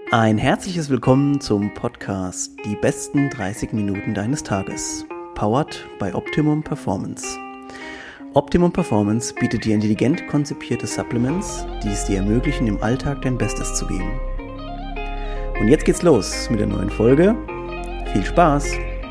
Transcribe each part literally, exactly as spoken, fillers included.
Ein herzliches Willkommen zum Podcast Die besten dreißig Minuten deines Tages, powered by Optimum Performance. Optimum Performance bietet dir intelligent konzipierte Supplements, die es dir ermöglichen, im Alltag dein Bestes zu geben. Und jetzt geht's los mit der neuen Folge. Viel Spaß!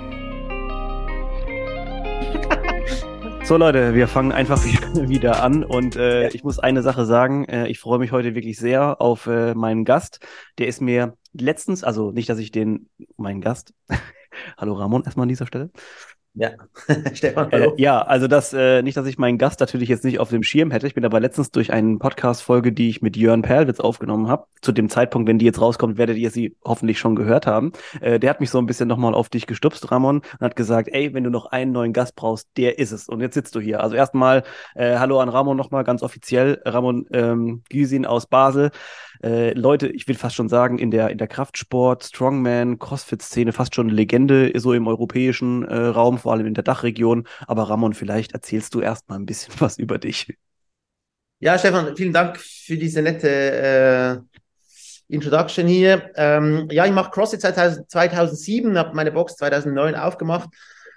So Leute, wir fangen einfach wieder an und äh, ich muss eine Sache sagen, äh, ich freue mich heute wirklich sehr auf äh, meinen Gast. Der ist mir letztens, also nicht, dass ich den, meinen Gast, hallo Ramon erstmal an dieser Stelle. Ja, Stefan, Äh, hallo. ja, also das, äh, nicht, dass ich meinen Gast natürlich jetzt nicht auf dem Schirm hätte. Ich bin aber letztens durch eine Podcast-Folge, die ich mit Jörn Perlwitz aufgenommen habe. Zu dem Zeitpunkt, wenn die jetzt rauskommt, werdet ihr sie hoffentlich schon gehört haben. Äh, der hat mich so ein bisschen nochmal auf dich gestupst, Ramon, und hat gesagt, ey, wenn du noch einen neuen Gast brauchst, der ist es. Und jetzt sitzt du hier. Also erstmal äh, hallo an Ramon nochmal ganz offiziell. Ramon ähm, Gysin aus Basel. Äh, Leute, ich will fast schon sagen, in der, in der Kraftsport, Strongman, Crossfit-Szene fast schon eine Legende, so im europäischen äh, Raum, vor allem in der Dachregion. Aber Ramon, vielleicht erzählst du erst mal ein bisschen was über dich. Ja, Stefan, vielen Dank für diese nette äh, Introduction hier. Ähm, ja, ich mache CrossFit seit zweitausendsieben, habe meine Box zweitausendneun aufgemacht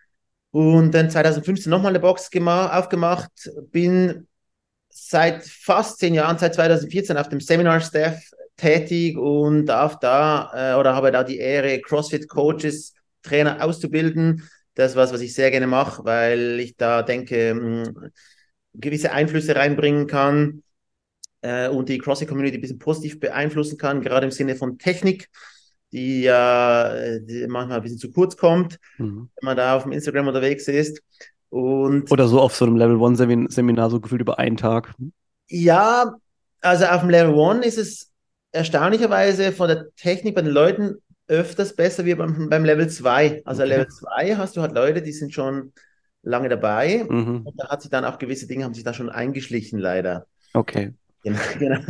und dann zweitausendfünfzehn nochmal eine Box gema- aufgemacht. Bin seit fast zehn Jahren, seit zweitausendvierzehn auf dem Seminar-Staff tätig und darf da äh, oder habe da die Ehre, CrossFit-Coaches, Trainer auszubilden. Das ist was, was ich sehr gerne mache, weil ich da denke, mh, gewisse Einflüsse reinbringen kann äh, und die CrossFit-Community ein bisschen positiv beeinflussen kann, gerade im Sinne von Technik, die ja äh, die manchmal ein bisschen zu kurz kommt, Mhm. wenn man da auf dem Instagram unterwegs ist. Und Oder so auf so einem Level-One-Seminar, so gefühlt über einen Tag. ja, also auf dem Level One ist es erstaunlicherweise von der Technik bei den Leuten öfters besser wie beim, beim Level zwei. Also Okay. Level zwei hast du halt Leute, die sind schon lange dabei Mhm. und da hat sich dann auch gewisse Dinge haben sich da schon eingeschlichen, leider. Okay. Genau, genau.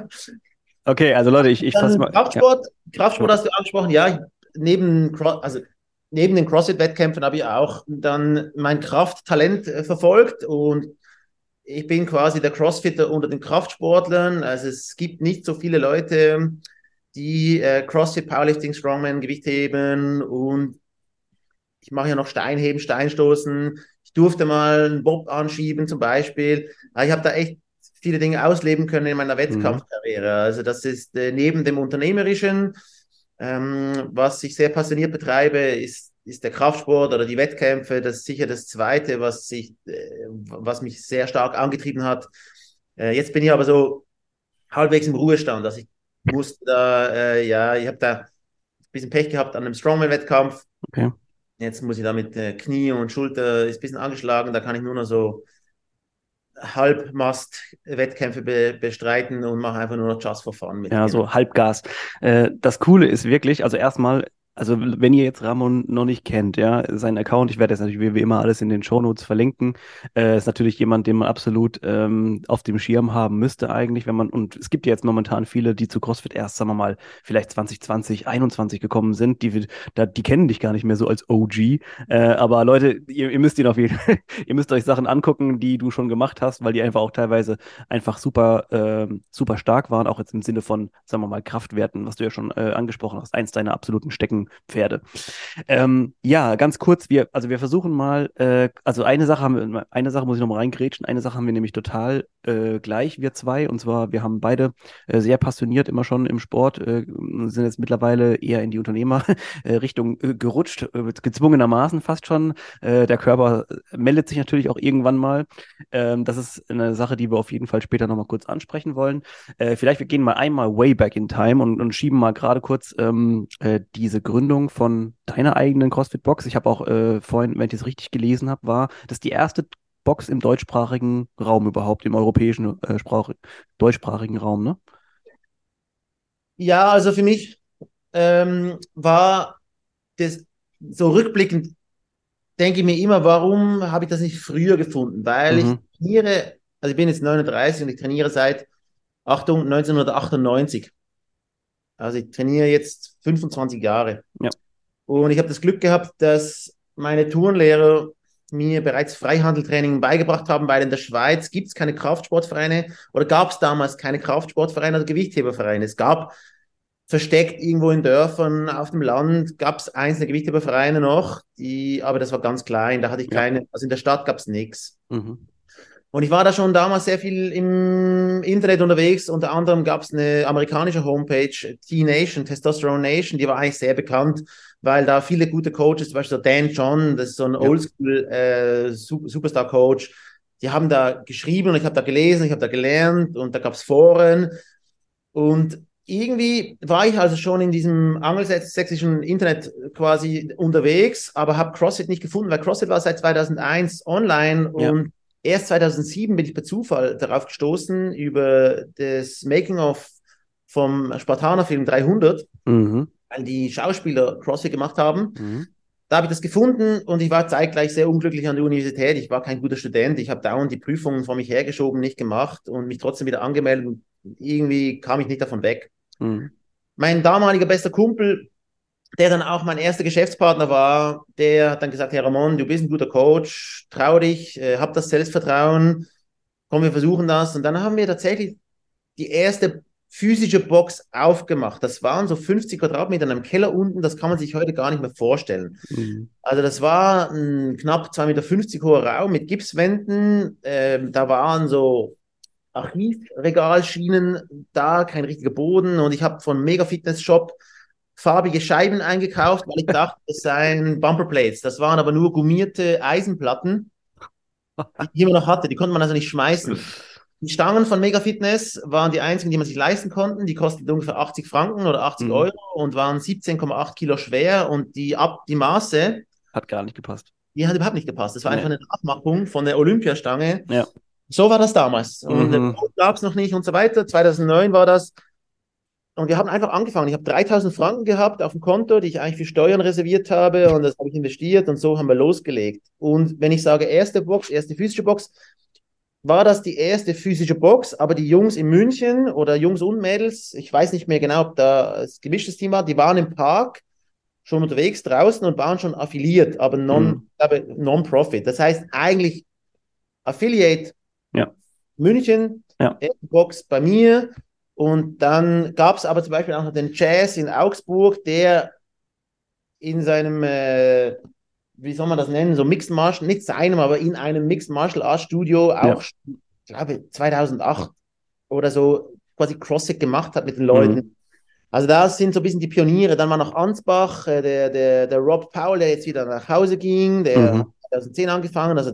Okay, also Leute, ich, ich fasse Dann mal. Ja. Kraftsport, Kraftsport Ja. hast du angesprochen, ja, ich, neben, Cro- also neben den CrossFit-Wettkämpfen habe ich auch dann mein Krafttalent äh, verfolgt und ich bin quasi der Crossfitter unter den Kraftsportlern. Also es gibt nicht so viele Leute, die äh, CrossFit, Powerlifting, Strongman, Gewichtheben und ich mache ja noch Steinheben, Steinstoßen. Ich durfte mal einen Bob anschieben zum Beispiel. Aber ich habe da echt viele Dinge ausleben können in meiner Mhm. Wettkampfkarriere. Also das ist äh, neben dem Unternehmerischen, ähm, was ich sehr passioniert betreibe, ist, ist der Kraftsport oder die Wettkämpfe. Das ist sicher das Zweite, was, sich, äh, was mich sehr stark angetrieben hat. Äh, jetzt bin ich aber so halbwegs im Ruhestand. Also ich musste da, äh, ja, ich habe da ein bisschen Pech gehabt an einem Strongman-Wettkampf. Okay. Jetzt muss ich da mit äh, Knie und Schulter, ist ein bisschen angeschlagen, da kann ich nur noch so Halbmast-Wettkämpfe be bestreiten und mache einfach nur noch Just for Fun mit. Ja, Genau. so Halbgas. Äh, das Coole ist wirklich, also erstmal, also wenn ihr jetzt Ramon noch nicht kennt, ja, sein Account, ich werde jetzt natürlich wie wie immer alles in den Shownotes verlinken, äh, ist natürlich jemand, den man absolut ähm, auf dem Schirm haben müsste eigentlich, wenn man, und es gibt ja jetzt momentan viele, die zu CrossFit erst, sagen wir mal, vielleicht zwanzig zwanzig, einundzwanzig gekommen sind, die, wir- da, die kennen dich gar nicht mehr so als O G, äh, aber Leute, ihr, ihr müsst ihn auf jeden Fall, ihr müsst euch Sachen angucken, die du schon gemacht hast, weil die einfach auch teilweise einfach super, ähm, super stark waren, auch jetzt im Sinne von, sagen wir mal, Kraftwerten, was du ja schon äh, angesprochen hast, eins deiner absoluten Steckenpferde. Ähm, ja, ganz kurz, wir, also wir versuchen mal, äh, also eine Sache haben wir, eine Sache muss ich noch mal reingrätschen, eine Sache haben wir nämlich total äh, gleich, wir zwei, und zwar, wir haben beide äh, sehr passioniert immer schon im Sport, äh, sind jetzt mittlerweile eher in die Unternehmerrichtung äh, gerutscht, äh, gezwungenermaßen fast schon. Äh, der Körper meldet sich natürlich auch irgendwann mal. Ähm, das ist eine Sache, die wir auf jeden Fall später nochmal kurz ansprechen wollen. Äh, vielleicht wir gehen mal einmal way back in time und, und schieben mal gerade kurz ähm, äh, diese Gründung von deiner eigenen CrossFit-Box. Ich habe auch äh, vorhin, wenn ich es richtig gelesen habe, war das die erste Box im deutschsprachigen Raum überhaupt, im europäischen äh, Sprach, deutschsprachigen Raum, ne? Ja, also für mich ähm, war das so rückblickend, denke ich mir immer, warum habe ich das nicht früher gefunden? Weil ich Mhm. trainiere, also ich bin jetzt neununddreißig und ich trainiere seit, Achtung, neunzehnhundertachtundneunzig. Also ich trainiere jetzt fünfundzwanzig Jahre. Ja. Und ich habe das Glück gehabt, dass meine Turnlehrer mir bereits Freihandeltraining beigebracht haben, weil in der Schweiz gibt es keine Kraftsportvereine oder gab es damals keine Kraftsportvereine oder Gewichthebervereine. Es gab versteckt irgendwo in Dörfern auf dem Land gab es einzelne Gewichthebervereine noch, die, aber das war ganz klein, da hatte ich Ja. keine, also in der Stadt gab es nichts. Mhm. Und ich war da schon damals sehr viel im Internet unterwegs. Unter anderem gab es eine amerikanische Homepage, T-Nation, Testosterone Nation, die war eigentlich sehr bekannt, weil da viele gute Coaches, zum Beispiel so Dan John, das ist so ein Ja. Oldschool äh, Superstar-Coach, die haben da geschrieben und ich habe da gelesen, ich habe da gelernt und da gab es Foren. Und irgendwie war ich also schon in diesem angelsächsischen Internet quasi unterwegs, aber habe CrossFit nicht gefunden, weil CrossFit war seit zweitausendeins online Ja. und erst zweitausendsieben bin ich per Zufall darauf gestoßen über das Making-of vom Spartaner-Film dreihundert, Mhm. weil die Schauspieler CrossFit gemacht haben. Mhm. Da habe ich das gefunden und ich war zeitgleich sehr unglücklich an der Universität. Ich war kein guter Student. Ich habe dauernd die Prüfungen vor mich hergeschoben, nicht gemacht und mich trotzdem wieder angemeldet. Und irgendwie kam ich nicht davon weg. Mhm. Mein damaliger bester Kumpel, der dann auch mein erster Geschäftspartner war, der hat dann gesagt, Herr Ramon, du bist ein guter Coach, trau dich, äh, hab das Selbstvertrauen, komm, wir versuchen das. Und dann haben wir tatsächlich die erste physische Box aufgemacht. Das waren so fünfzig Quadratmeter in einem Keller unten, das kann man sich heute gar nicht mehr vorstellen. Mhm. Also das war ein knapp zwei Meter fünfzig hoher Raum mit Gipswänden, ähm, da waren so Archivregalschienen da, kein richtiger Boden und ich habe von Mega Fitness Shop farbige Scheiben eingekauft, weil ich dachte, das seien Bumperplates. Das waren aber nur gummierte Eisenplatten, die ich immer noch hatte. Die konnte man also nicht schmeißen. Die Stangen von Mega Fitness waren die einzigen, die man sich leisten konnten. Die kosteten ungefähr achtzig Franken oder achtzig Mhm. Euro und waren siebzehn Komma acht Kilo schwer und die, Ab die Maße, Hat gar nicht gepasst. die hat überhaupt nicht gepasst. Das war einfach Nee. eine Nachmachung von der Olympiastange. Ja. So war das damals. Und Mhm. gab es noch nicht und so weiter. zweitausendneun war das. Und wir haben einfach angefangen. Ich habe dreitausend Franken gehabt auf dem Konto, die ich eigentlich für Steuern reserviert habe. Und das habe ich investiert und so haben wir losgelegt. Und wenn ich sage, erste Box, erste physische Box, war das die erste physische Box. Aber die Jungs in München oder Jungs und Mädels, ich weiß nicht mehr genau, ob da ein gemischtes Team war, die waren im Park schon unterwegs draußen und waren schon affiliiert, aber non, Mhm. aber non-profit. Das heißt eigentlich Affiliate Ja. München, Ja. erste Box bei mir. Und dann gab es aber zum Beispiel auch noch den Jazz in Augsburg, der in seinem, äh, wie soll man das nennen, so Mixed Martial, nicht seinem, aber in einem Mixed Martial Arts Studio Ja. auch, ich glaube, zweitausendacht oder so quasi CrossFit gemacht hat mit den Mhm. Leuten. Also da sind so ein bisschen die Pioniere. Dann war noch Ansbach, äh, der, der, der Rob Powell, der jetzt wieder nach Hause ging, der Mhm. hat zweitausendzehn angefangen. Also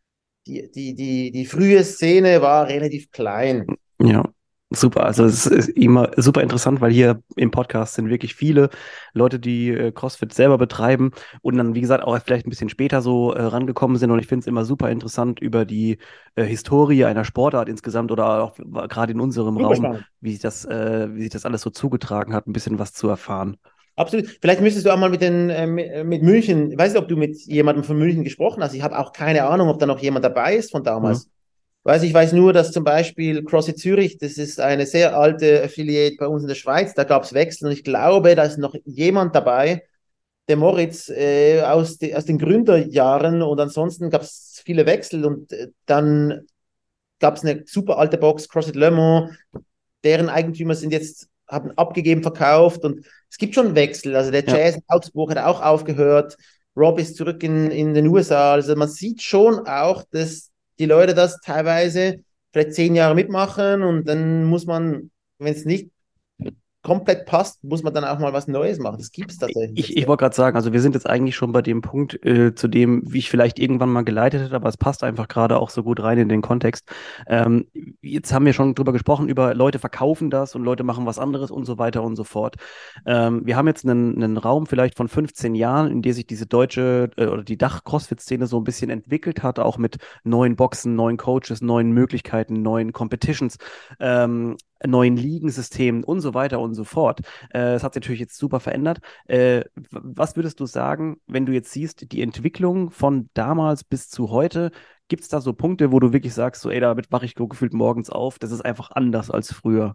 die, die, die, die frühe Szene war relativ klein. Ja, super. Also es ist immer super interessant, weil hier im Podcast sind wirklich viele Leute, die äh, CrossFit selber betreiben und dann, wie gesagt, auch vielleicht ein bisschen später so äh, rangekommen sind. Und ich finde es immer super interessant über die äh, Historie einer Sportart insgesamt oder auch w- gerade in unserem Super Raum, spannend. wie sich das, äh, wie sich das alles so zugetragen hat, ein bisschen was zu erfahren. Absolut. Vielleicht müsstest du auch mal mit, den, äh, mit, äh, mit München, ich weiß nicht, ob du mit jemandem von München gesprochen hast. Ich habe auch keine Ahnung, ob da noch jemand dabei ist von Mhm. damals. Weiß, ich weiß nur, dass zum Beispiel CrossFit Zürich, das ist eine sehr alte Affiliate bei uns in der Schweiz, da gab es Wechsel und ich glaube, da ist noch jemand dabei, der Moritz äh, aus, de, aus den Gründerjahren und ansonsten gab es viele Wechsel und äh, dann gab es eine super alte Box, CrossFit Le Mans, deren Eigentümer sind jetzt, haben abgegeben, verkauft und es gibt schon Wechsel. Also der Ja. Jazz in Augsburg hat auch aufgehört, Rob ist zurück in, in den U S A. Also man sieht schon auch, dass die Leute das teilweise vielleicht zehn Jahre mitmachen und dann muss man, wenn es nicht komplett passt, muss man dann auch mal was Neues machen. Das gibt es tatsächlich Ich, jetzt. ich wollte gerade sagen, also wir sind jetzt eigentlich schon bei dem Punkt, äh, zu dem, wie ich vielleicht irgendwann mal geleitet hätte, aber es passt einfach gerade auch so gut rein in den Kontext. Ähm, jetzt haben wir schon drüber gesprochen, über Leute verkaufen das und Leute machen was anderes und so weiter und so fort. Ähm, wir haben jetzt einen, einen Raum vielleicht von fünfzehn Jahren, in dem sich diese deutsche äh, oder die Dach-Crossfit-Szene so ein bisschen entwickelt hat, auch mit neuen Boxen, neuen Coaches, neuen Möglichkeiten, neuen Competitions, ähm, neuen Ligensystemen und so weiter und so fort. Äh, es hat sich natürlich jetzt super verändert. Äh, was würdest du sagen, wenn du jetzt siehst, die Entwicklung von damals bis zu heute, gibt es da so Punkte, wo du wirklich sagst, so, ey, damit wache ich so gefühlt morgens auf, das ist einfach anders als früher?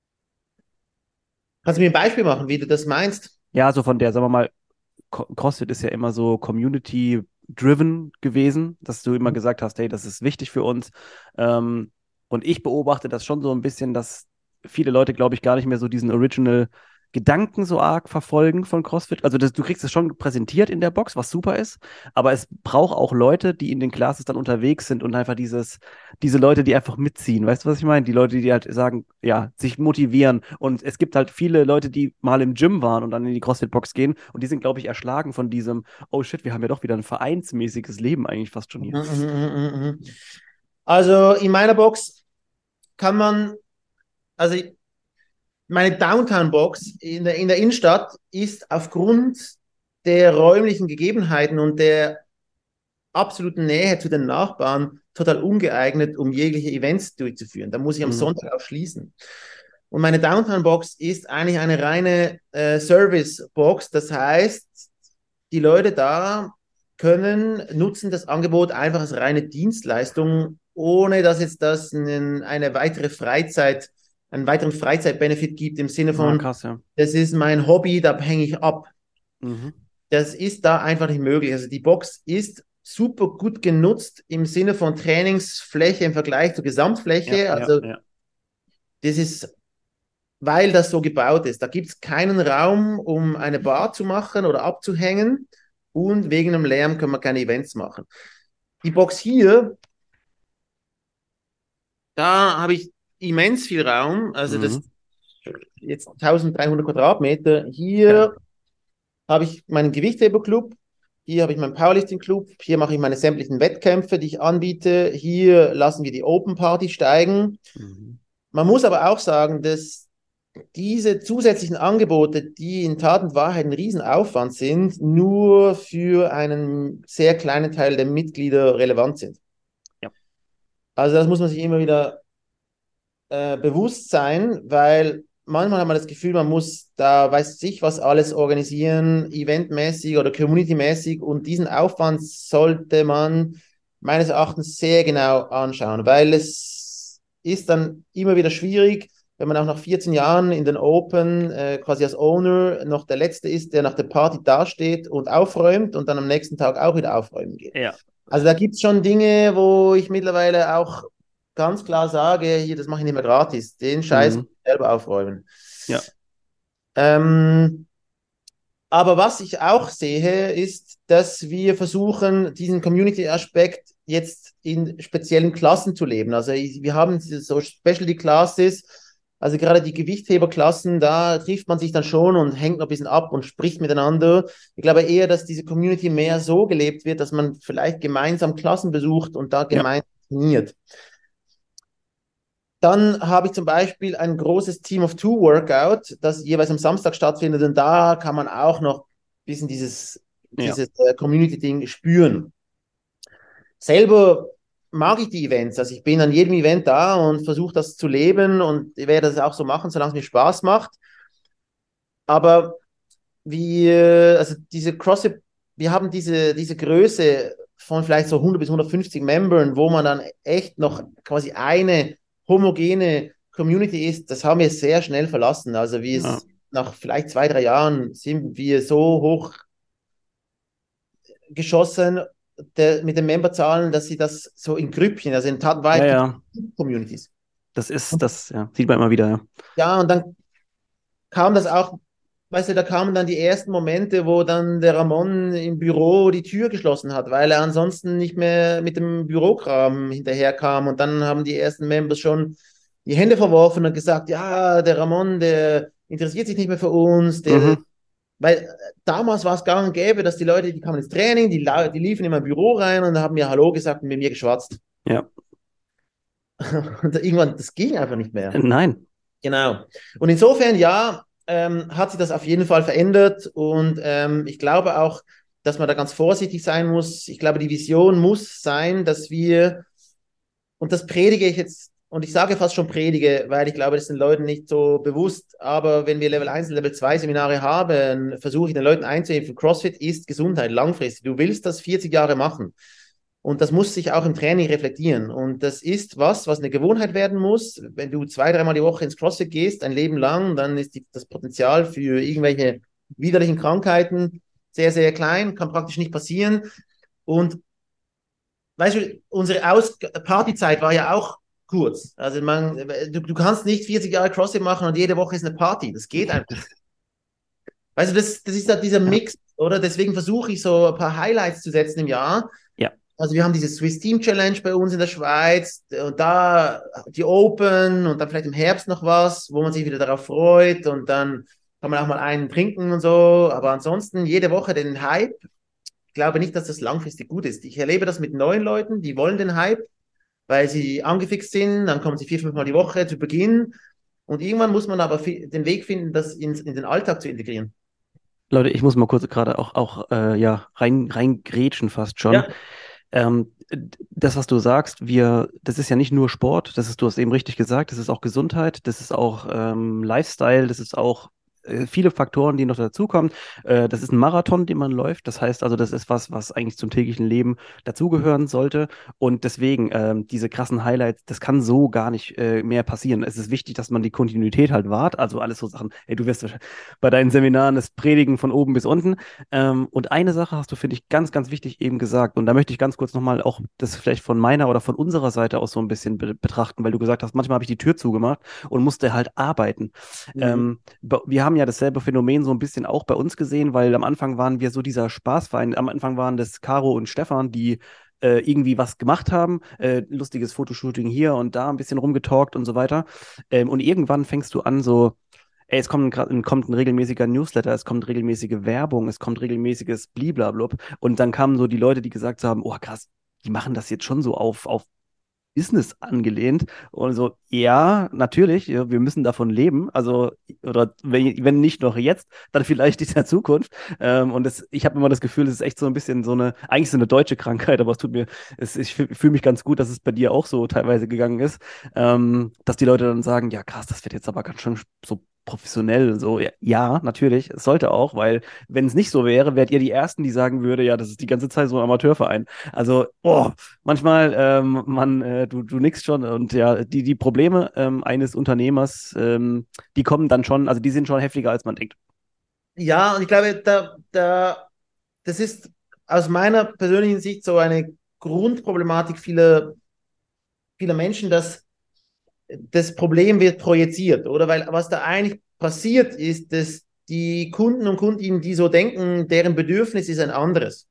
Kannst du mir ein Beispiel machen, wie du das meinst? Ja, so von der, sagen wir mal, Co- CrossFit ist ja immer so Community-driven gewesen, dass du immer gesagt hast, hey, das ist wichtig für uns. Ähm, und ich beobachte das schon so ein bisschen, dass viele Leute, glaube ich, gar nicht mehr so diesen Original Gedanken so arg verfolgen von CrossFit. Also das, du kriegst es schon präsentiert in der Box, was super ist, aber es braucht auch Leute, die in den Classes dann unterwegs sind und einfach dieses, diese Leute, die einfach mitziehen. Weißt du, was ich meine? Die Leute, die halt sagen, ja, sich motivieren. Und es gibt halt viele Leute, die mal im Gym waren und dann in die CrossFit-Box gehen und die sind, glaube ich, erschlagen von diesem, oh shit, wir haben ja doch wieder ein vereinsmäßiges Leben eigentlich fast schon Mhm, hier. mhm, mhm, mhm. Also in meiner Box kann man, also meine Downtown-Box in der, in der Innenstadt ist aufgrund der räumlichen Gegebenheiten und der absoluten Nähe zu den Nachbarn total ungeeignet, um jegliche Events durchzuführen. Da muss ich am Mhm. Sonntag auch schließen. Und meine Downtown-Box ist eigentlich eine reine äh, Service-Box. Das heißt, die Leute da können, nutzen das Angebot einfach als reine Dienstleistung, ohne dass jetzt das einen, eine weitere Freizeit, einen weiteren Freizeitbenefit gibt im Sinne Ah, von, krass, ja. das ist mein Hobby, da hänge ich ab. Mhm. Das ist da einfach nicht möglich. Also die Box ist super gut genutzt im Sinne von Trainingsfläche im Vergleich zur Ja, Gesamtfläche. ja, Also ja. das ist, weil das so gebaut ist. Da gibt es keinen Raum, um eine Bar zu machen oder abzuhängen, und wegen dem Lärm können wir keine Events machen. Die Box hier, da habe ich immens viel Raum, also das Mhm. jetzt eintausenddreihundert Quadratmeter. Geil. Hier habe ich meinen Gewichtheberclub, hier habe ich meinen Powerlifting-Club, hier mache ich meine sämtlichen Wettkämpfe, die ich anbiete, hier lassen wir die Open Party steigen. Mhm. Man muss aber auch sagen, dass diese zusätzlichen Angebote, die in Tat und Wahrheit ein Riesenaufwand sind, nur für einen sehr kleinen Teil der Mitglieder relevant sind. Ja. Also das muss man sich immer wieder äh, bewusst sein, weil manchmal hat man das Gefühl, man muss da, weiß ich, was alles organisieren, eventmäßig oder communitymäßig, und diesen Aufwand sollte man meines Erachtens sehr genau anschauen, weil es ist dann immer wieder schwierig, wenn man auch nach vierzehn Jahren in den Open äh, quasi als Owner noch der Letzte ist, der nach der Party dasteht und aufräumt und dann am nächsten Tag auch wieder aufräumen geht. Ja. Also da gibt es schon Dinge, wo ich mittlerweile auch ganz klar sage, hier, das mache ich nicht mehr gratis. Den Scheiß muss Mhm. ich selber aufräumen. Ja. Ähm, aber was ich auch sehe, ist, dass wir versuchen, diesen Community-Aspekt jetzt in speziellen Klassen zu leben. Also ich, wir haben diese so Specialty Classes, also gerade die Gewichtheberklassen, da trifft man sich dann schon und hängt noch ein bisschen ab und spricht miteinander. Ich glaube eher, dass diese Community mehr so gelebt wird, dass man vielleicht gemeinsam Klassen besucht und da Ja. gemeinsam trainiert. Dann habe ich zum Beispiel ein großes Team of Two Workout, das jeweils am Samstag stattfindet, und da kann man auch noch ein bisschen dieses, Ja. dieses äh, Community-Ding spüren. Selber mag ich die Events, also ich bin an jedem Event da und versuche das zu leben, und ich werde das auch so machen, solange es mir Spaß macht. Aber wir, also diese CrossFit, wir haben diese, diese Größe von vielleicht so hundert bis hundertfünfzig Membern, wo man dann echt noch quasi eine homogene Community ist, das haben wir sehr schnell verlassen. Also wie Ja. es nach vielleicht zwei, drei Jahren sind wir so hoch geschossen der, mit den Memberzahlen, dass sie das so in Grüppchen, also in Tat und Ja, Wahrheit gibt ja. es Communities. Das ist, das, ja, sieht man immer wieder, ja. Ja, und dann kam das auch, weißt du, da kamen dann die ersten Momente, wo dann der Ramon im Büro die Tür geschlossen hat, weil er ansonsten nicht mehr mit dem Bürokram hinterherkam. Und dann haben die ersten Members schon die Hände verworfen und gesagt, ja, der Ramon, der interessiert sich nicht mehr für uns, der, Mhm. weil damals war es gang und gäbe, dass die Leute, die kamen ins Training, die, die liefen in mein Büro rein und haben mir Hallo gesagt und mit mir geschwatzt. Ja. Und irgendwann, das ging einfach nicht mehr. Nein. Genau. Und insofern, ja, ähm, hat sich das auf jeden Fall verändert, und ähm, ich glaube auch, dass man da ganz vorsichtig sein muss. Ich glaube, die Vision muss sein, dass wir, und das predige ich jetzt, und ich sage fast schon predige, weil ich glaube, das ist den Leuten nicht so bewusst, aber wenn wir Level eins und Level zwei Seminare haben, versuche ich den Leuten einzuheben, CrossFit ist Gesundheit langfristig. Du willst das vierzig Jahre machen. Und das muss sich auch im Training reflektieren. Und das ist was, was eine Gewohnheit werden muss. Wenn du zwei, dreimal die Woche ins CrossFit gehst, ein Leben lang, dann ist die, das Potenzial für irgendwelche widerlichen Krankheiten sehr, sehr klein, kann praktisch nicht passieren. Und weißt du, unsere Aus Partyzeit war ja auch kurz. Also man, du, du kannst nicht vierzig Jahre CrossFit machen und jede Woche ist eine Party. Das geht einfach nicht. Weißt du, das, das ist halt dieser Ja. Mix, oder? Deswegen versuche ich so ein paar Highlights zu setzen im Jahr. Ja. Also wir haben diese Swiss Team Challenge bei uns in der Schweiz und da die Open und dann vielleicht im Herbst noch was, wo man sich wieder darauf freut und dann kann man auch mal einen trinken und so. Aber ansonsten jede Woche den Hype. Ich glaube nicht, dass das langfristig gut ist. Ich erlebe das mit neuen Leuten, die wollen den Hype, weil sie angefixt sind. Dann kommen sie vier, fünf Mal die Woche zu Beginn. Und irgendwann muss man aber den Weg finden, das in, in den Alltag zu integrieren. Leute, ich muss mal kurz gerade auch, auch äh, ja, rein, reingrätschen fast schon. Ja, Ähm, Das, was du sagst, wir, das ist ja nicht nur Sport, das ist, du hast eben richtig gesagt, das ist auch Gesundheit, das ist auch ähm, Lifestyle, das ist auch äh, viele Faktoren, die noch dazukommen. Äh, das ist ein Marathon, den man läuft. Das heißt also, das ist was, was eigentlich zum täglichen Leben dazugehören sollte. Und deswegen, ähm, diese krassen Highlights, das kann so gar nicht äh, mehr passieren. Es ist wichtig, dass man die Kontinuität halt wahrt. Also alles so Sachen, ey, du wirst wahrscheinlich bei deinen Seminaren das Predigen von oben bis unten. Ähm, und eine Sache hast du, finde ich, ganz, ganz wichtig eben gesagt. Und da möchte ich ganz kurz nochmal auch das vielleicht von meiner oder von unserer Seite aus so ein bisschen be betrachten, weil du gesagt hast, manchmal habe ich die Tür zugemacht und musste halt arbeiten. mhm. Ähm, be- wir haben ja dasselbe Phänomen so ein bisschen auch bei uns gesehen, weil am Anfang waren wir so dieser Spaßverein. Am Anfang waren das Caro und Stefan, die äh, irgendwie was gemacht haben, äh, lustiges Fotoshooting hier und da, ein bisschen rumgetalkt und so weiter. Ähm, und irgendwann fängst du an, so, ey, es kommt, grad, kommt ein regelmäßiger Newsletter, es kommt regelmäßige Werbung, es kommt regelmäßiges Bliblablub. Und dann kamen so die Leute, die gesagt haben, oh krass, die machen das jetzt schon so auf, auf Business angelehnt. Und so, ja, natürlich, ja, wir müssen davon leben. Also, oder wenn, wenn nicht noch jetzt, dann vielleicht in der Zukunft. Ähm, und das, ich habe immer das Gefühl, es ist echt so ein bisschen so eine, eigentlich so eine deutsche Krankheit, aber es tut mir, es, ich fühle mich ganz gut, dass es bei dir auch so teilweise gegangen ist, ähm, dass die Leute dann sagen, ja krass, das wird jetzt aber ganz schön so professionell. So, ja, ja, natürlich, es sollte auch, weil wenn es nicht so wäre, wärt ihr die Ersten, die sagen würde, ja, das ist die ganze Zeit so ein Amateurverein. Also, oh, manchmal, ähm, man, äh, du, du nickst schon und ja, die, die Probleme ähm, eines Unternehmers, ähm, die kommen dann schon, also die sind schon heftiger, als man denkt. Ja, und ich glaube, da, da, das ist aus meiner persönlichen Sicht so eine Grundproblematik vieler, vieler Menschen, dass das Problem wird projiziert, oder? Weil was da eigentlich passiert ist, dass die Kunden und Kundinnen, die so denken, deren Bedürfnis ist ein anderes.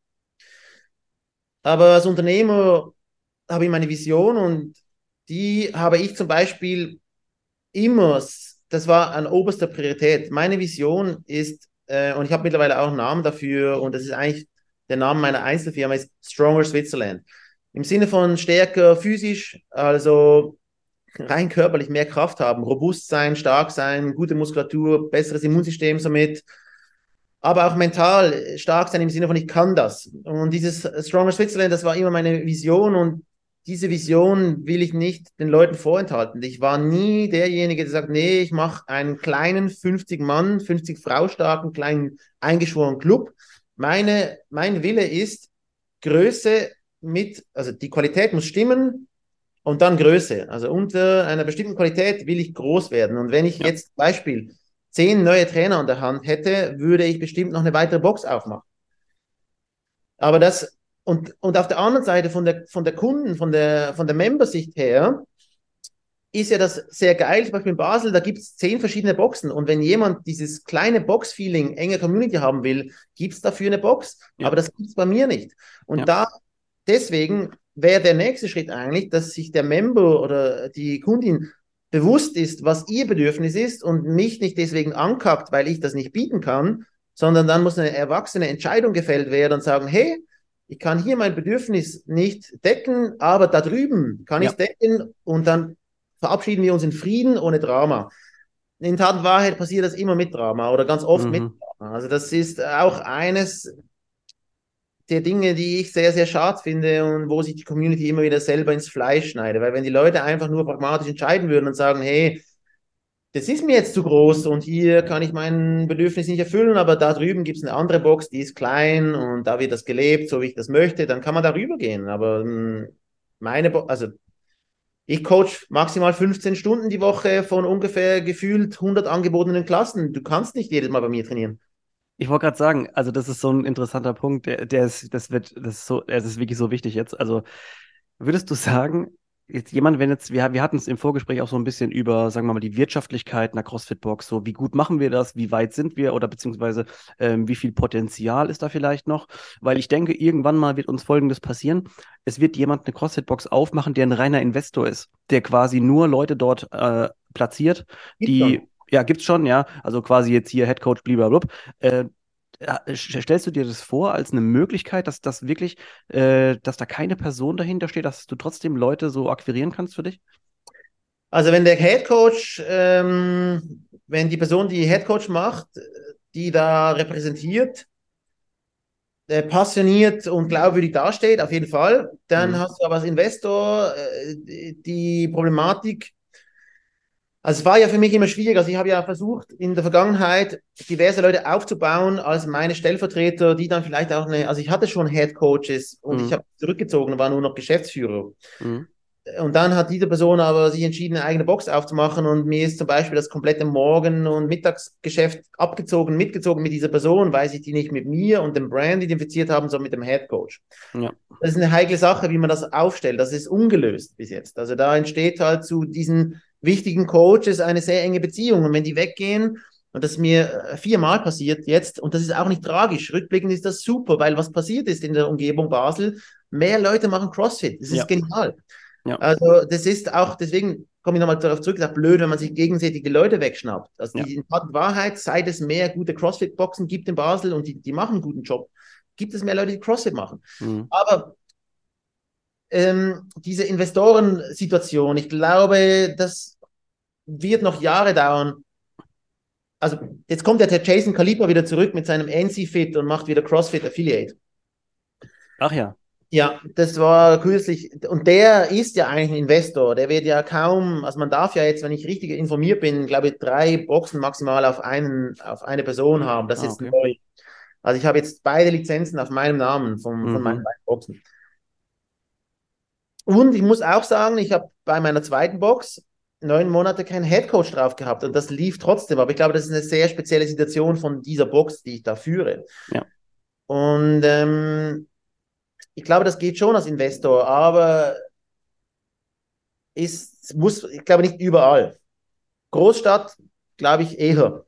Aber als Unternehmer habe ich meine Vision und die habe ich zum Beispiel immer, das war an oberster Priorität. Meine Vision ist, äh, und ich habe mittlerweile auch einen Namen dafür, und das ist eigentlich der Name meiner Einzelfirma, ist Stronger Switzerland. Im Sinne von stärker physisch, also rein körperlich mehr Kraft haben, robust sein, stark sein, gute Muskulatur, besseres Immunsystem somit, aber auch mental stark sein im Sinne von ich kann das. Und dieses Stronger Switzerland, das war immer meine Vision und diese Vision will ich nicht den Leuten vorenthalten. Ich war nie derjenige, der sagt, nee, ich mache einen kleinen fünfzig Mann, fünfzig Frau starken, kleinen eingeschworenen Club. Meine, mein Wille ist Größe mit, also die Qualität muss stimmen, und dann Größe. Also unter einer bestimmten Qualität will ich groß werden. Und wenn ich Ja. jetzt Beispiel zehn neue Trainer an der Hand hätte, würde ich bestimmt noch eine weitere Box aufmachen. Aber das, und, und auf der anderen Seite von der, von der Kunden, von der, von der Membersicht her, ist ja das sehr geil. Zum Beispiel in Basel, da gibt es zehn verschiedene Boxen. Und wenn jemand dieses kleine Box-Feeling, enge Community haben will, gibt es dafür eine Box. Ja, Aber das gibt es bei mir nicht. Und ja. da, deswegen wäre der nächste Schritt eigentlich, dass sich der Member oder die Kundin bewusst ist, was ihr Bedürfnis ist und mich nicht deswegen ankackt, weil ich das nicht bieten kann, sondern dann muss eine erwachsene Entscheidung gefällt werden und sagen, hey, ich kann hier mein Bedürfnis nicht decken, aber da drüben kann ich es Ja. decken und dann verabschieden wir uns in Frieden ohne Drama. In Tat und Wahrheit passiert das immer mit Drama oder ganz oft mit Mhm. Drama. Also das ist auch eines der Dinge, die ich sehr, sehr schade finde und wo sich die Community immer wieder selber ins Fleisch schneidet. Weil wenn die Leute einfach nur pragmatisch entscheiden würden und sagen, hey, das ist mir jetzt zu groß und hier kann ich mein Bedürfnis nicht erfüllen, aber da drüben gibt es eine andere Box, die ist klein und da wird das gelebt, so wie ich das möchte, dann kann man darüber gehen. Aber mh, meine, Bo also ich coach maximal fünfzehn Stunden die Woche von ungefähr gefühlt hundert angebotenen Klassen. Du kannst nicht jedes Mal bei mir trainieren. Ich wollte gerade sagen, also das ist so ein interessanter Punkt, der, der ist, das wird, das ist so, es ist wirklich so wichtig jetzt. Also würdest du sagen, jetzt jemand, wenn jetzt, wir, wir hatten es im Vorgespräch auch so ein bisschen über, sagen wir mal, die Wirtschaftlichkeit einer CrossFit-Box, so wie gut machen wir das, wie weit sind wir oder beziehungsweise ähm, wie viel Potenzial ist da vielleicht noch? Weil ich denke, irgendwann mal wird uns Folgendes passieren. Es wird jemand eine CrossFit-Box aufmachen, der ein reiner Investor ist, der quasi nur Leute dort äh, platziert, Gibt's schon. die, ja, gibt's schon, ja, also quasi jetzt hier Head Coach, blablabla. Äh, ja, stellst du dir das vor als eine Möglichkeit, dass das wirklich, äh, dass da keine Person dahinter steht, dass du trotzdem Leute so akquirieren kannst für dich? Also wenn der Head Coach, ähm, wenn die Person, die Head Coach macht, die da repräsentiert, äh, passioniert und glaubwürdig dasteht, auf jeden Fall, dann Mhm. hast du aber als Investor äh, die Problematik. Also es war ja für mich immer schwierig. Also ich habe ja versucht, in der Vergangenheit diverse Leute aufzubauen als meine Stellvertreter, die dann vielleicht auch eine, also ich hatte schon Head Coaches und ich Mhm. habe zurückgezogen und war nur noch Geschäftsführer. Mhm. Und dann hat diese Person aber sich entschieden, eine eigene Box aufzumachen und mir ist zum Beispiel das komplette Morgen- und Mittagsgeschäft abgezogen, mitgezogen mit dieser Person, weil sich die nicht mit mir und dem Brand identifiziert haben, sondern mit dem Head Coach. Ja. Das ist eine heikle Sache, wie man das aufstellt. Das ist ungelöst bis jetzt. Also da entsteht halt zu diesen wichtigen Coaches eine sehr enge Beziehung. Und wenn die weggehen, und das ist mir viermal passiert jetzt, und das ist auch nicht tragisch, rückblickend ist das super, weil was passiert ist in der Umgebung Basel, mehr Leute machen CrossFit. Das ist Ja. genial. Ja. Also das ist auch, deswegen komme ich nochmal darauf zurück, ist auch blöd, wenn man sich gegenseitig die Leute wegschnappt. Also Ja. die in Wahrheit, seit es mehr gute CrossFit-Boxen gibt in Basel und die, die machen einen guten Job, gibt es mehr Leute, die CrossFit machen. Mhm. Aber ähm, diese Investorensituation, ich glaube, das wird noch Jahre dauern. Also jetzt kommt ja der Jason Caliper wieder zurück mit seinem N C-Fit und macht wieder CrossFit Affiliate. Ach ja. Ja, das war kürzlich. Und der ist ja eigentlich ein Investor. Der wird ja kaum, also man darf ja jetzt, wenn ich richtig informiert bin, glaube ich, drei Boxen maximal auf einen, auf eine Person haben. Das Ah, ist okay. neu. Also ich habe jetzt beide Lizenzen auf meinem Namen von, von meinen Mhm. beiden Boxen. Und ich muss auch sagen, ich habe bei meiner zweiten Box neun Monate keinen Headcoach drauf gehabt und das lief trotzdem. Aber ich glaube, das ist eine sehr spezielle Situation von dieser Box, die ich da führe. Ja. Und ähm, ich glaube, das geht schon als Investor, aber ist, muss, ich glaube nicht überall. Großstadt, glaube ich eher.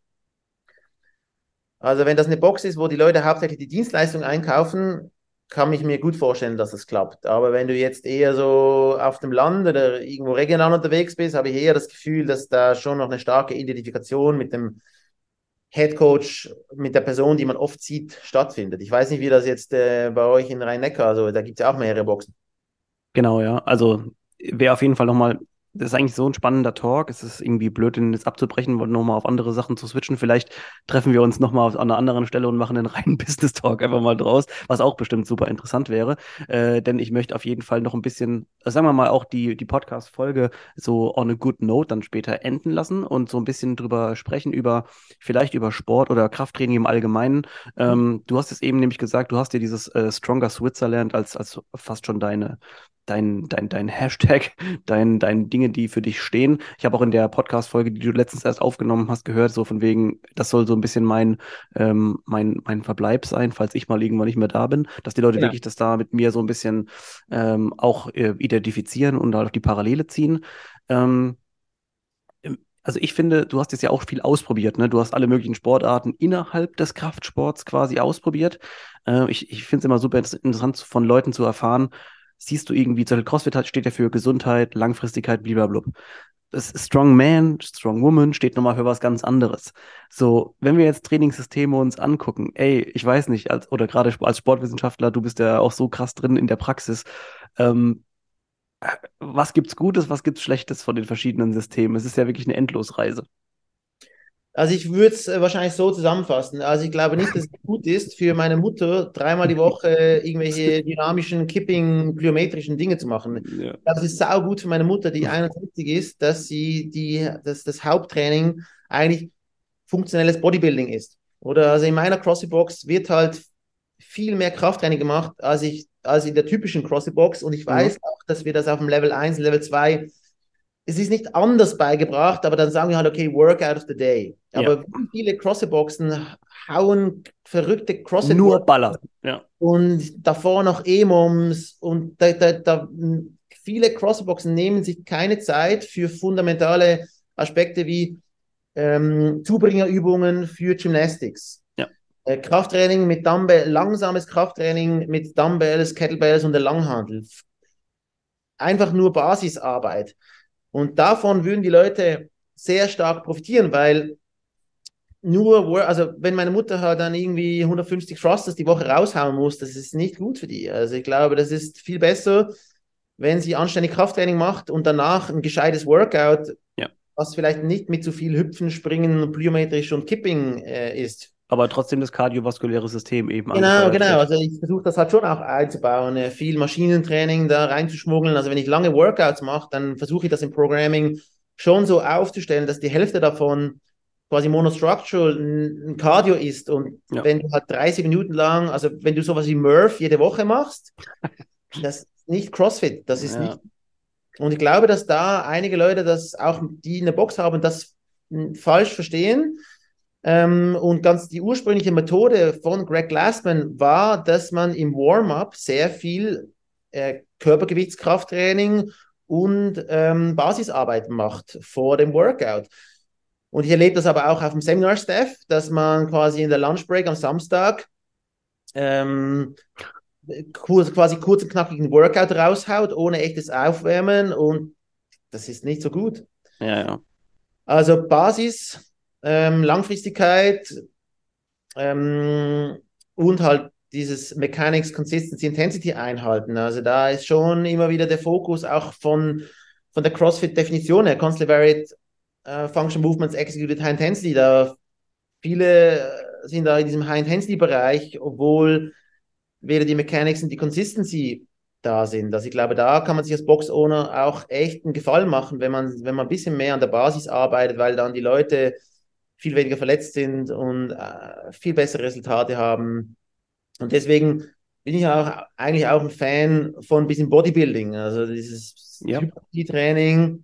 Also wenn das eine Box ist, wo die Leute hauptsächlich die Dienstleistung einkaufen, kann ich mir gut vorstellen, dass es klappt. Aber wenn du jetzt eher so auf dem Land oder irgendwo regional unterwegs bist, habe ich eher das Gefühl, dass da schon noch eine starke Identifikation mit dem Head Coach, mit der Person, die man oft sieht, stattfindet. Ich weiß nicht, wie das jetzt äh, bei euch in Rhein-Neckar, also da gibt es ja auch mehrere Boxen. Genau, ja. Also wäre auf jeden Fall nochmal, das ist eigentlich so ein spannender Talk. Es ist irgendwie blöd, den jetzt abzubrechen und nochmal auf andere Sachen zu switchen. Vielleicht treffen wir uns nochmal an einer anderen Stelle und machen einen reinen Business-Talk einfach mal draus, was auch bestimmt super interessant wäre. Äh, denn ich möchte auf jeden Fall noch ein bisschen, äh, sagen wir mal, auch die, die Podcast-Folge so on a good note dann später enden lassen und so ein bisschen drüber sprechen, über vielleicht über Sport oder Krafttraining im Allgemeinen. Ähm, du hast es eben nämlich gesagt, du hast dir dieses äh, Stronger Switzerland als, als fast schon deine dein, dein, dein Hashtag, dein, dein Dinge, die für dich stehen. Ich habe auch in der Podcast-Folge, die du letztens erst aufgenommen hast, gehört, so von wegen, das soll so ein bisschen mein, ähm, mein, mein Verbleib sein, falls ich mal irgendwann nicht mehr da bin, dass die Leute Genau. wirklich das da mit mir so ein bisschen ähm, auch äh, identifizieren und halt auch die Parallele ziehen. Ähm, also ich finde, du hast jetzt ja auch viel ausprobiert, ne? Du hast alle möglichen Sportarten innerhalb des Kraftsports quasi ausprobiert. Äh, ich ich finde es immer super interessant von Leuten zu erfahren, siehst du irgendwie, zum Beispiel CrossFit hat, steht ja für Gesundheit, Langfristigkeit, blablabla. Das Strong Man, Strong Woman steht nochmal für was ganz anderes. So, wenn wir jetzt Trainingssysteme uns angucken, ey, ich weiß nicht, als, oder gerade als Sportwissenschaftler, du bist ja auch so krass drin in der Praxis, ähm, was gibt's Gutes, was gibt's Schlechtes von den verschiedenen Systemen? Es ist ja wirklich eine Endlosreise. Also ich würde es äh, wahrscheinlich so zusammenfassen. Also ich glaube nicht, dass es gut ist für meine Mutter, dreimal die Woche irgendwelche dynamischen, kipping, plyometrischen Dinge zu machen. Ich Ja. glaube, es ist sau gut für meine Mutter, die einundsiebzig ist, dass sie die, dass das Haupttraining eigentlich funktionelles Bodybuilding ist. Oder also in meiner CrossFit-Box wird halt viel mehr Krafttraining gemacht, als ich, als in der typischen CrossFit-Box. Und ich Mhm. weiß auch, dass wir das auf dem Level eins, Level zwei, es ist nicht anders beigebracht, aber dann sagen wir halt, okay, Workout of the Day. Ja. Aber wie viele CrossFit-Boxen hauen verrückte Nur CrossFit-Workouts Baller. Ja. und davor noch E-Moms und da, da, da viele CrossFit-Boxen nehmen sich keine Zeit für fundamentale Aspekte wie ähm, Zubringerübungen für Gymnastics. Ja. Äh, Krafttraining mit Dumbbell, langsames Krafttraining mit Dumbbells, Kettlebells und der Langhantel. Einfach nur Basisarbeit. Und davon würden die Leute sehr stark profitieren, weil nur, also wenn meine Mutter halt dann irgendwie hundertfünfzig Thrusters die Woche raushauen muss, das ist nicht gut für die. Also ich glaube, das ist viel besser, wenn sie anständig Krafttraining macht und danach ein gescheites Workout, Ja. was vielleicht nicht mit zu viel Hüpfen, Springen, plyometrisch und Kipping äh, ist. Aber trotzdem das kardiovaskuläre System eben Genau, genau. wird. Also ich versuche das halt schon auch einzubauen, äh, viel Maschinentraining da reinzuschmuggeln. Also wenn ich lange Workouts mache, dann versuche ich das im Programming schon so aufzustellen, dass die Hälfte davon quasi monostructural ein Cardio ist. Und ja. wenn du halt dreißig Minuten lang, also wenn du sowas wie Murph jede Woche machst, das ist nicht CrossFit, das ist ja. nicht. Und ich glaube, dass da einige Leute, das auch die eine Box haben, das falsch verstehen. Ähm, und ganz die ursprüngliche Methode von Greg Glassman war, dass man im Warm-up sehr viel äh, Körpergewichtskrafttraining und ähm, Basisarbeit macht vor dem Workout. Und ich erlebe das aber auch auf dem Seminar-Staff, dass man quasi in der Lunchbreak am Samstag ähm, quasi kurz und knackigen Workout raushaut, ohne echtes Aufwärmen, und das ist nicht so gut. Ja, ja. Also Basis, ähm, Langfristigkeit ähm, und halt dieses Mechanics, Consistency, Intensity einhalten. Also da ist schon immer wieder der Fokus auch von, von der CrossFit-Definition her, Constantly Varied uh, Function Movements Executed High Intensity. Da viele sind da in diesem High Intensity-Bereich, obwohl weder die Mechanics und die Consistency da sind. Also ich glaube, da kann man sich als Box-Owner auch echt einen Gefallen machen, wenn man, wenn man ein bisschen mehr an der Basis arbeitet, weil dann die Leute viel weniger verletzt sind und äh, viel bessere Resultate haben. Und deswegen bin ich auch eigentlich auch ein Fan von ein bisschen Bodybuilding, also dieses ja. Hypertrophie-Training.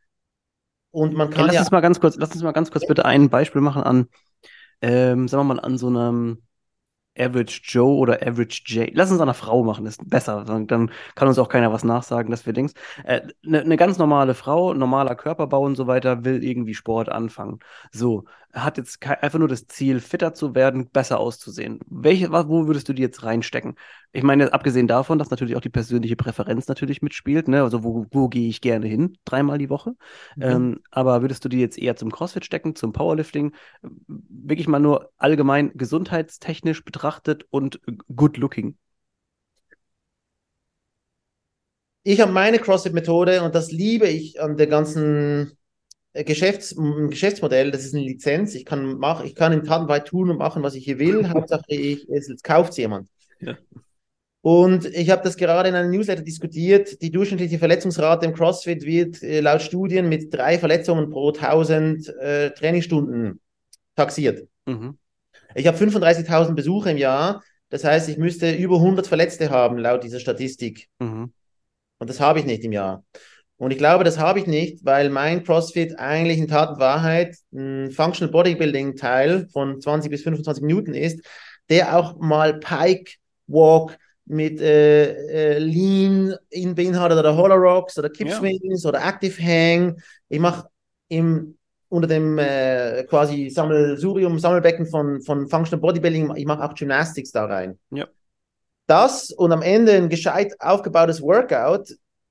Und man kann okay, lass ja... Uns mal ganz kurz, lass uns mal ganz kurz bitte ein Beispiel machen an, ähm, sagen wir mal, an so einem Average Joe oder Average J. Lass uns an einer Frau machen, ist besser. Dann kann uns auch keiner was nachsagen, dass wir Dings. Eine äh, ne, ne ganz normale Frau, normaler Körperbau und so weiter, will irgendwie Sport anfangen. So, hat jetzt einfach nur das Ziel, fitter zu werden, besser auszusehen. Welche, wo würdest du die jetzt reinstecken? Ich meine, abgesehen davon, dass natürlich auch die persönliche Präferenz natürlich mitspielt, ne? Also wo, wo gehe ich gerne hin? Dreimal die Woche. Mhm. Ähm, aber würdest du die jetzt eher zum CrossFit stecken, zum Powerlifting? Wirklich mal nur allgemein gesundheitstechnisch betrachtet und good looking? Ich habe meine CrossFit-Methode und das liebe ich an der ganzen Geschäfts Geschäftsmodell. Das ist eine Lizenz. Ich kann, mach, ich kann in Tatenweit tun und machen, was ich hier will. Hauptsache, ich, es, es kauft jemand. Ja. Und ich habe das gerade in einem Newsletter diskutiert. Die durchschnittliche Verletzungsrate im CrossFit wird äh, laut Studien mit drei Verletzungen pro tausend äh, Trainingsstunden taxiert. Mhm. Ich habe fünfunddreißigtausend Besucher im Jahr. Das heißt, ich müsste über hundert Verletzte haben, laut dieser Statistik. Mhm. Und das habe ich nicht im Jahr. Und ich glaube, das habe ich nicht, weil mein CrossFit eigentlich in Tat und Wahrheit ein Functional Bodybuilding Teil von zwanzig bis fünfundzwanzig Minuten ist, der auch mal Pike Walk mit äh, äh, Lean in beinhaltet oder Hollow Rocks oder Kip Swings ja. oder Active Hang. Ich mache im unter dem äh, quasi Sammelsurium, Sammelbecken von, von Functional Bodybuilding, ich mache auch Gymnastics da rein. Ja. Das und am Ende ein gescheit aufgebautes Workout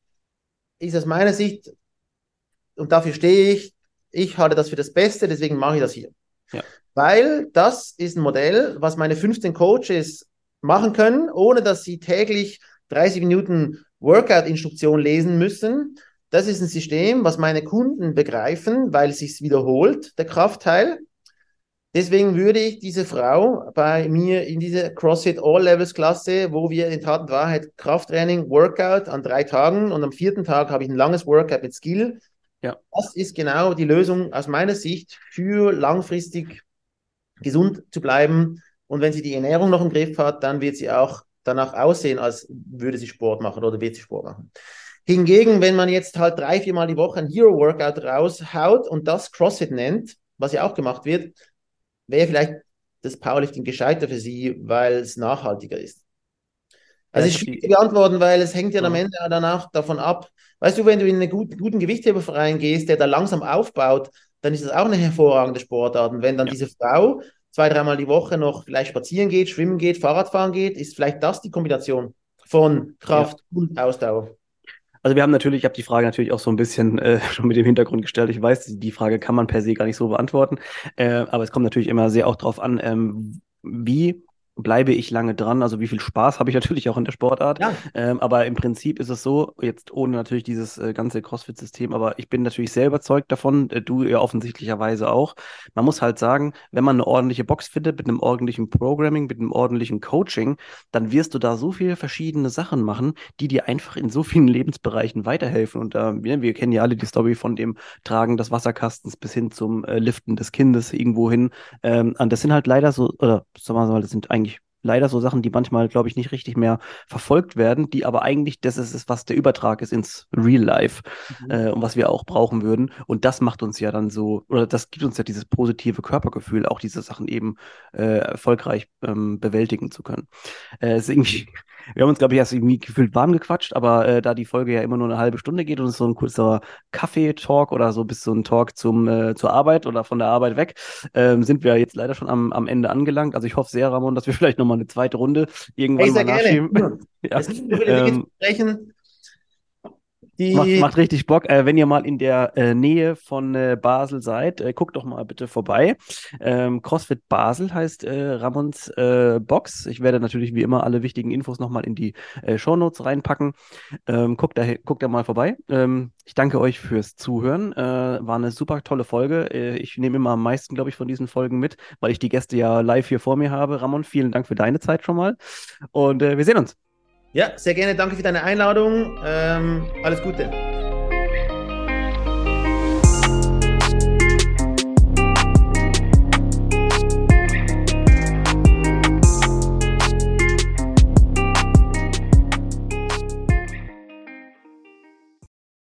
ist aus meiner Sicht, und dafür stehe ich, ich halte das für das Beste, deswegen mache ich das hier. Ja. Weil das ist ein Modell, was meine fünfzehn Coaches machen können, ohne dass sie täglich dreißig Minuten Workout-Instruktion lesen müssen. Das ist ein System, was meine Kunden begreifen, weil es sich wiederholt, der Kraftteil. Deswegen würde ich diese Frau bei mir in diese CrossFit All-Levels-Klasse, wo wir in Tat und Wahrheit Krafttraining, Workout an drei Tagen und am vierten Tag habe ich ein langes Workout mit Skill. Ja. Das ist genau die Lösung aus meiner Sicht für langfristig gesund zu bleiben. Und wenn sie die Ernährung noch im Griff hat, dann wird sie auch danach aussehen, als würde sie Sport machen oder wird sie Sport machen. Hingegen, wenn man jetzt halt drei, viermal die Woche ein Hero-Workout raushaut und das CrossFit nennt, was ja auch gemacht wird, wäre vielleicht das Powerlifting gescheiter für sie, weil es nachhaltiger ist. Ja, Also ich es ist habe schwierig zu die. beantworten, weil es hängt ja am Mhm. Ende dann auch davon ab. Weißt du, wenn du in einen guten, guten Gewichtheberverein gehst, der da langsam aufbaut, dann ist das auch eine hervorragende Sportart. Und wenn dann Ja. diese Frau zwei, dreimal die Woche noch vielleicht spazieren geht, schwimmen geht, Fahrradfahren geht, ist vielleicht das die Kombination von Ja. Kraft und Ausdauer. Also wir haben natürlich, ich habe die Frage natürlich auch so ein bisschen äh, schon mit dem Hintergrund gestellt. Ich weiß, die, die Frage kann man per se gar nicht so beantworten, äh, aber es kommt natürlich immer sehr auch drauf an, ähm, wie bleibe ich lange dran, also wie viel Spaß habe ich natürlich auch in der Sportart. Ja, Ähm, aber im Prinzip ist es so, jetzt ohne natürlich dieses äh, ganze CrossFit-System, aber ich bin natürlich sehr überzeugt davon, äh, du ja offensichtlicherweise auch. Man muss halt sagen, wenn man eine ordentliche Box findet, mit einem ordentlichen Programming, mit einem ordentlichen Coaching, dann wirst du da so viele verschiedene Sachen machen, die dir einfach in so vielen Lebensbereichen weiterhelfen. Und äh, wir, wir kennen ja alle die Story von dem Tragen des Wasserkastens bis hin zum äh, Liften des Kindes irgendwo hin. Ähm, und das sind halt leider so, oder sagen wir mal, das sind eigentlich leider so Sachen, die manchmal, glaube ich, nicht richtig mehr verfolgt werden, die aber eigentlich das ist, ist was der Übertrag ist ins Real Life mhm. äh, und was wir auch brauchen würden. Und das macht uns ja dann so, oder das gibt uns ja dieses positive Körpergefühl, auch diese Sachen eben äh, erfolgreich ähm, bewältigen zu können. Äh, ist irgendwie, wir haben uns, glaube ich, erst irgendwie gefühlt warm gequatscht, aber äh, da die Folge ja immer nur eine halbe Stunde geht und es so ein kurzer Kaffee-Talk oder so bis so ein Talk zum, äh, zur Arbeit oder von der Arbeit weg, ähm, sind wir jetzt leider schon am, am Ende angelangt. Also ich hoffe sehr, Ramon, dass wir vielleicht nochmal eine zweite Runde Hey, irgendwann mal sehr gerne. nachschieben. Ja. Ja, Es gibt so viele Dinge zu ähm, besprechen, Macht, die. macht richtig Bock. Äh, wenn ihr mal in der äh, Nähe von äh, Basel seid, äh, guckt doch mal bitte vorbei. Ähm, CrossFit Basel heißt äh, Ramons äh, Box. Ich werde natürlich wie immer alle wichtigen Infos nochmal in die äh, Shownotes reinpacken. Ähm, guckt, da, guckt da mal vorbei. Ähm, ich danke euch fürs Zuhören. Äh, war eine super tolle Folge. Äh, ich nehme immer am meisten, glaube ich, von diesen Folgen mit, weil ich die Gäste ja live hier vor mir habe. Ramon, vielen Dank für deine Zeit schon mal. Und äh, wir sehen uns. Ja, sehr gerne. Danke für deine Einladung. Ähm, alles Gute.